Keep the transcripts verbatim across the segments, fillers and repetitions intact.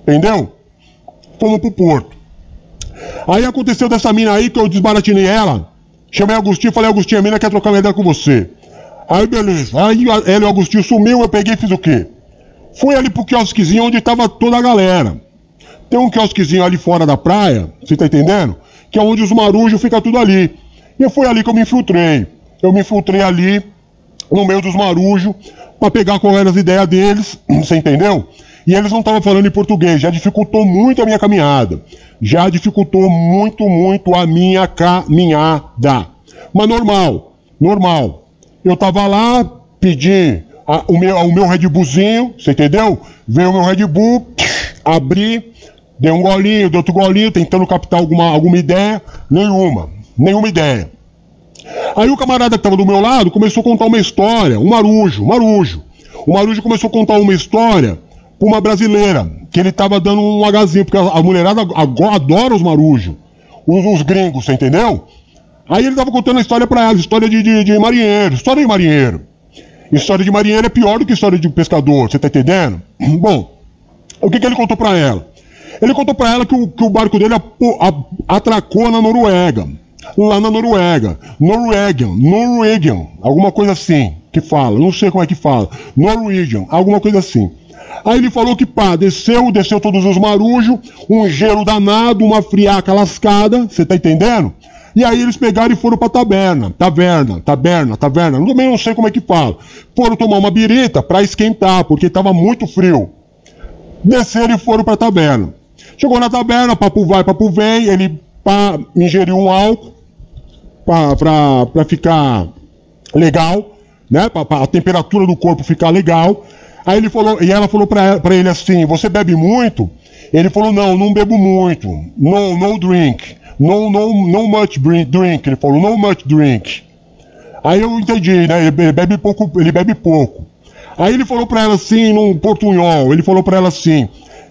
Entendeu? Fomos pro porto. Aí aconteceu dessa mina aí que eu desbaratinei ela. Chamei a Agostinho e falei, Agostinho, a mina quer trocar uma ideia com você. Aí beleza. Aí ela e o Agostinho sumiu, eu peguei e fiz o quê? Fui ali pro quiosquezinho onde tava toda a galera. Tem um quiosquezinho ali fora da praia, você tá entendendo? Que é onde os marujos ficam tudo ali. E foi ali que eu me infiltrei. Eu me infiltrei ali, no meio dos marujos, pra pegar qual eram as ideias deles, você entendeu? E eles não estavam falando em português, já dificultou muito a minha caminhada. Já dificultou muito, muito a minha caminhada. Mas normal, normal. Eu tava lá, pedi a, o, meu, o meu Red Bullzinho, você entendeu? Veio o meu Red Bull, abri, dei um golinho, dei outro golinho, tentando captar alguma, alguma ideia. Nenhuma, nenhuma ideia. Aí o camarada que tava do meu lado começou a contar uma história, um marujo, um marujo. O marujo começou a contar uma história pra uma brasileira, que ele tava dando um agazinho, porque a, a mulherada adora os marujos, os, os gringos, você entendeu? Aí ele tava contando a história pra ela, história de, de, de marinheiro, história de marinheiro. História de marinheiro é pior do que história de pescador, você tá entendendo? Bom, o que que ele contou pra ela? Ele contou pra ela que o, que o barco dele a, a, atracou na Noruega. Lá na Noruega. Norwegian, Norwegian, alguma coisa assim que fala, não sei como é que fala. Norwegian, alguma coisa assim. Aí ele falou que pá, desceu, desceu todos os marujos, um gelo danado, uma friaca lascada, você tá entendendo? E aí eles pegaram e foram pra taberna, taverna, taberna, taverna, eu também não sei como é que fala. Foram tomar uma birita pra esquentar, porque tava muito frio. Desceram e foram pra taberna. Chegou na taberna, papo vai, papo vem, ele pá, ingeriu um álcool pra, pra, pra ficar legal, né? Pra, pra a temperatura do corpo ficar legal. Aí ele falou, e ela falou pra, pra ele assim, você bebe muito? Ele falou, não, não bebo muito. No, no drink. No, no, no much drink. Ele falou, no much drink. Aí eu entendi, né? Ele bebe pouco, ele bebe pouco. Aí ele falou pra ela assim, num portunhol, ele falou pra ela assim,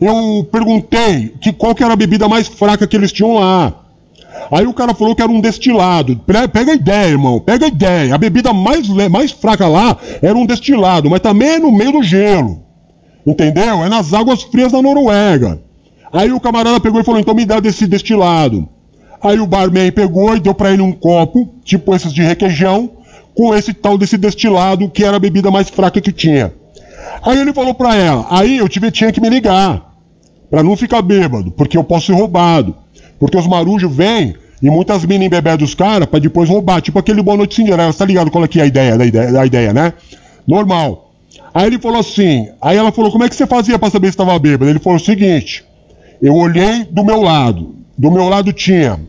eu perguntei que qual que era a bebida mais fraca que eles tinham lá. Aí o cara falou que era um destilado. Pega a ideia, irmão, pega a ideia. A bebida mais, mais fraca lá era um destilado, mas também é no meio do gelo. Entendeu? É nas águas frias da Noruega. Aí o camarada pegou e falou, então me dá desse destilado. Aí o barman pegou e deu pra ele um copo, tipo esses de requeijão, com esse tal desse destilado, que era a bebida mais fraca que tinha. Aí ele falou pra ela, aí eu tive, tinha que me ligar, pra não ficar bêbado, porque eu posso ser roubado. Porque os marujos vêm e muitas minas bebem dos caras pra depois roubar, tipo aquele Boa Noite Cinderela, você tá ligado qual é que é a ideia da ideia, da ideia, né? Normal. Aí ele falou assim, aí ela falou, como é que você fazia pra saber se estava bêbado? Ele falou o seguinte, eu olhei do meu lado, do meu lado tinha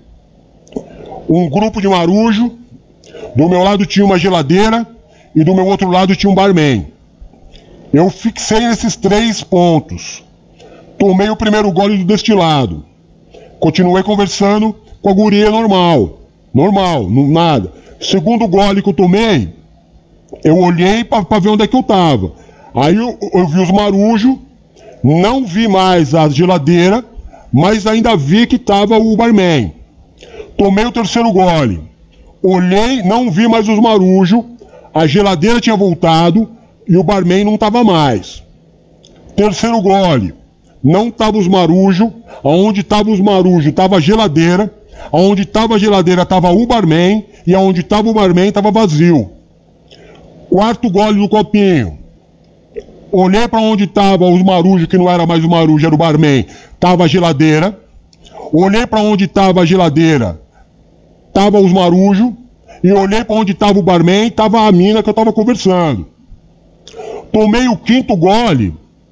um grupo de marujo, do meu lado tinha uma geladeira e do meu outro lado tinha um barman. Eu fixei nesses três pontos. Tomei o primeiro gole do destilado. Continuei conversando com a guria normal. Normal, não, nada. Segundo gole que eu tomei, eu olhei para ver onde é que eu tava. Aí eu, eu vi os marujos, não vi mais a geladeira, mas ainda vi que tava o barman. Tomei o terceiro gole. Olhei, não vi mais os marujos, a geladeira tinha voltado e o barman não tava mais. Terceiro gole. Não tava os marujos, aonde tava os marujos tava a geladeira, aonde tava a geladeira tava o barman e aonde tava o barman tava vazio. Quarto gole do copinho. Olhei para onde tava os marujos, que não era mais o marujo, era o barman, tava a geladeira. Olhei para onde tava a geladeira, tava os marujos, e olhei para onde tava o barman, tava a mina que eu tava conversando. Tomei o quinto gole,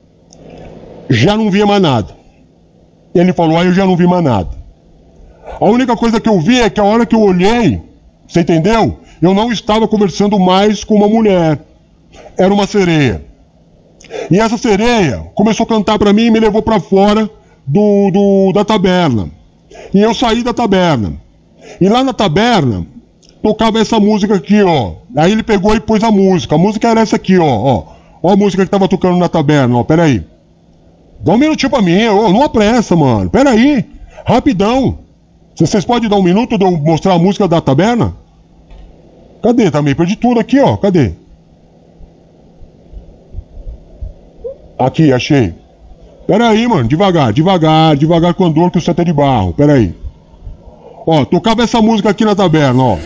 já não via mais nada. Ele falou, aí eu já não vi mais nada. A única coisa que eu vi é que a hora que eu olhei, você entendeu? Eu não estava conversando mais com uma mulher. Era uma sereia. E essa sereia começou a cantar pra mim e me levou pra fora do, do, da taberna. E eu saí da taberna. E lá na taberna, tocava essa música aqui, ó. Aí ele pegou e pôs a música. A música era essa aqui, ó. Ó, ó a música que tava tocando na taberna, ó. Pera aí. Dá um minutinho pra mim, ó. Não apressa, mano. Pera aí. Rapidão. Vocês podem dar um minuto de eu mostrar a música da taberna? Cadê também? Perdi tudo aqui, ó. Cadê? Aqui, achei. Pera aí, mano, devagar, devagar, devagar com a dor que o set é de barro, pera aí. Ó, tocava essa música aqui na taberna, ó.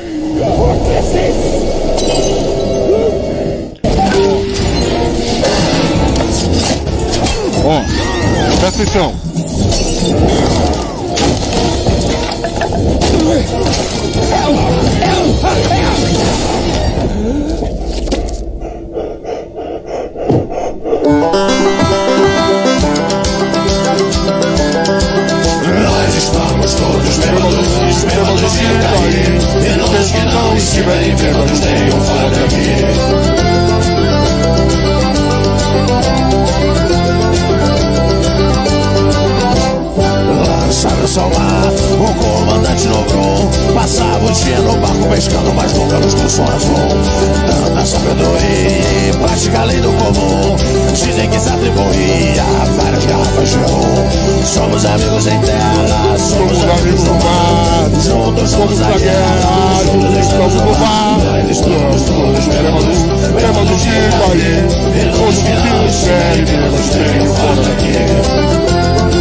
Ó, presta atenção. Nós estamos todos bêbados, bêbados de cair. E nós que não estiverem bêbados tenham fora daqui. Lançaram-se ao mar, o comandante Nobron passava o dia no barco pescando, mas nunca nos deu som azul. Tanta sabedoria e prática além do comum. Dizem que essa tribo ria várias garrafas de rum. Somos amigos em terra, somos amigos no mar. Juntos somos a guerra, juntos estamos no bar. Nós estamos todos bêbados, bêbados de cair. E todos que não esperem, bêbados tenham fora daqui.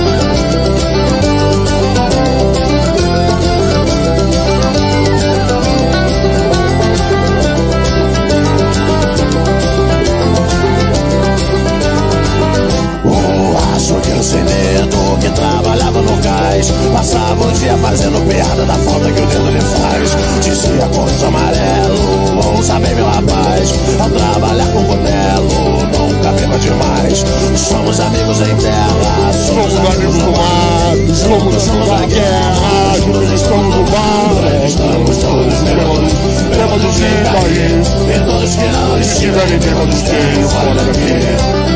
Açougueiro sem medo que trabalhava no cais, passava o dia fazendo piada da falta que o dedo lhe faz. Dizia cores amarelo, vamos saber meu rapaz, ao trabalhar com cutelo, nunca beba demais. Somos amigos em terra, somos amigos no mar. Juntos somos a guerra, juntos estamos no bar. Nós estamos todos bêbados, bêbados de cair. E todos que não estiverem bêbados tenham fora daqui.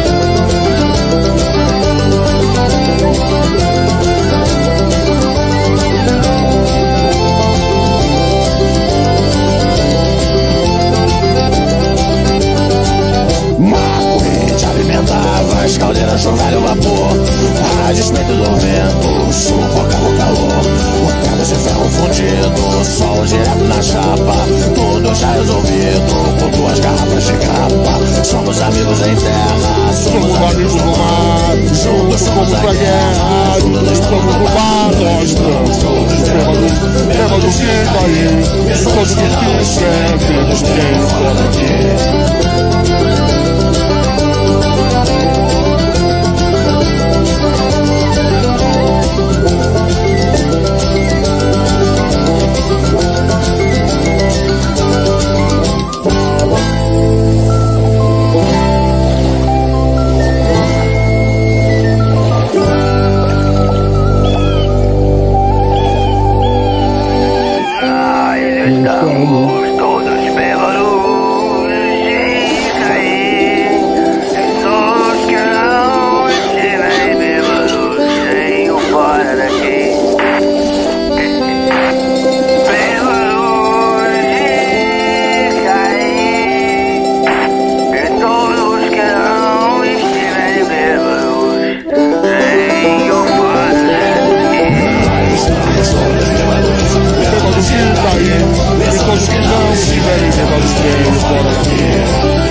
Alimentava as caldeiras, jogaram vapor. A despeito do vento, sufocava o calor. O pedras de ferro fundido, sol direto na chapa. Tudo já resolvido, com duas garrafas de grapa. Somos amigos em terra, somos amigos no mar. Juntos somos a guerra, juntos estamos no bar. Nós estamos todos bêbados, bêbados de cair. E todos que não esperem, todos tenham fora daqui. Estamos todos bêbados de cair. E todos que não estiverem bêbados tenham fora daqui. Bêbados de cair. E todos que não estiverem bêbados tenham fora daqui. Estamos todos bêbados, bêbados de cair. E todos que não estiverem bêbados tenham fora daqui.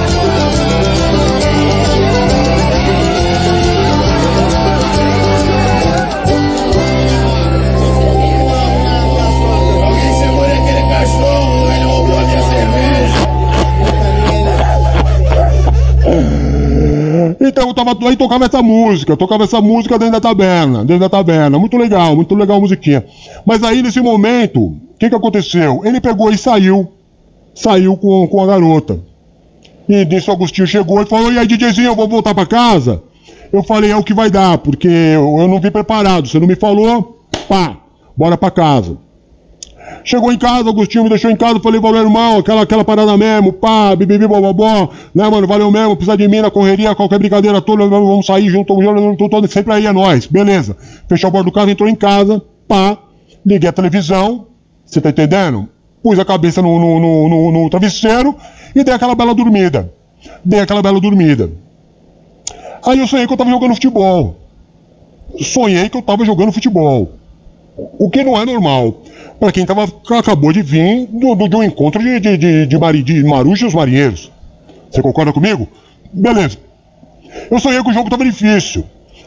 Então eu tava lá e tocava essa música, eu tocava essa música dentro da taberna, dentro da taberna, muito legal, muito legal a musiquinha. Mas aí nesse momento, o que que aconteceu? Ele pegou e saiu, saiu com, com a garota. E disse, o Agostinho chegou e falou, e aí DJzinho, eu vou voltar pra casa? Eu falei, é o que vai dar, porque eu, eu não vim preparado, você não me falou, pá, bora pra casa. Chegou em casa, o Agostinho me deixou em casa, falei, valeu, irmão, aquela, aquela parada mesmo, pá, bibibi, bobobó, né, mano, valeu mesmo, precisa de mim na correria, qualquer brincadeira toda, vamos sair junto, junto, sempre aí é nóis, beleza. Fechou a porta do carro, entrou em casa, pá, liguei a televisão, você tá entendendo? Pus a cabeça no, no, no, no, no travesseiro e dei aquela bela dormida. Dei aquela bela dormida. Aí eu sonhei que eu tava jogando futebol. Sonhei que eu tava jogando futebol. O que não é normal para quem tava, acabou de vir do, do, de um encontro de, de, de, de, mari, de maruchos marinheiros. Você concorda comigo? Beleza. Eu sonhei que o jogo tava difícil.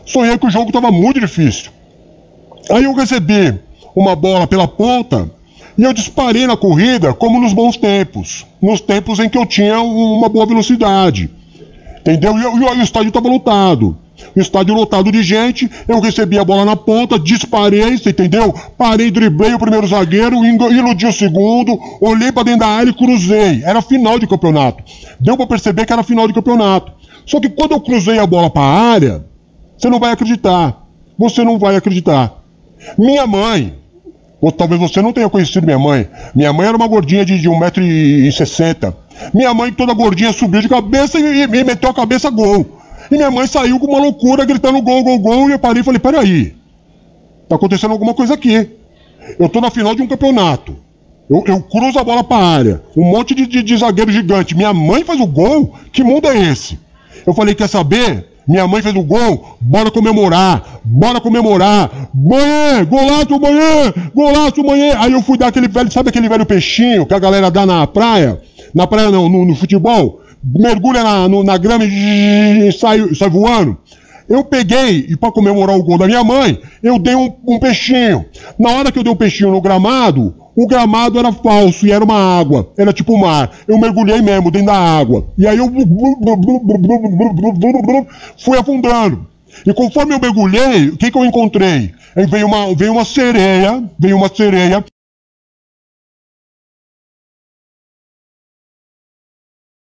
sonhei que o jogo estava muito difícil. Aí eu recebi uma bola pela ponta e eu disparei na corrida como nos bons tempos. Nos tempos em que eu tinha uma boa velocidade. Entendeu? E, e, e o estádio estava lotado. O estádio lotado de gente, eu recebi a bola na ponta, disparei, você entendeu? Parei, driblei o primeiro zagueiro, iludi o segundo, olhei pra dentro da área e cruzei. Era final de campeonato. Deu pra perceber que era final de campeonato. Só que quando eu cruzei a bola pra área, você não vai acreditar. Você não vai acreditar. Minha mãe, ou talvez você não tenha conhecido minha mãe, minha mãe era uma gordinha de, de um metro e sessenta. Minha mãe, toda gordinha, subiu de cabeça e, e meteu a cabeça gol. E minha mãe saiu com uma loucura, gritando gol, gol, gol, e eu parei e falei, peraí, tá acontecendo alguma coisa aqui. Eu tô na final de um campeonato. Eu, eu cruzo a bola pra área. Um monte de, de, de zagueiro gigante. Minha mãe faz o gol? Que mundo é esse? Eu falei, quer saber? Minha mãe fez o gol, bora comemorar, bora comemorar. Mãe, golaço, mãe, golaço, mãe. Aí eu fui dar aquele velho, sabe aquele velho peixinho que a galera dá na praia? Na praia não, no, no futebol? Mergulha na, no, na grama e sai, sai voando. Eu peguei, e para comemorar o gol da minha mãe, eu dei um, um peixinho. Na hora que eu dei um peixinho no gramado, o gramado era falso e era uma água. Era tipo mar. Eu mergulhei mesmo dentro da água. E aí eu fui afundando. E conforme eu mergulhei, o que, que eu encontrei? Aí veio uma, veio uma sereia, veio uma sereia.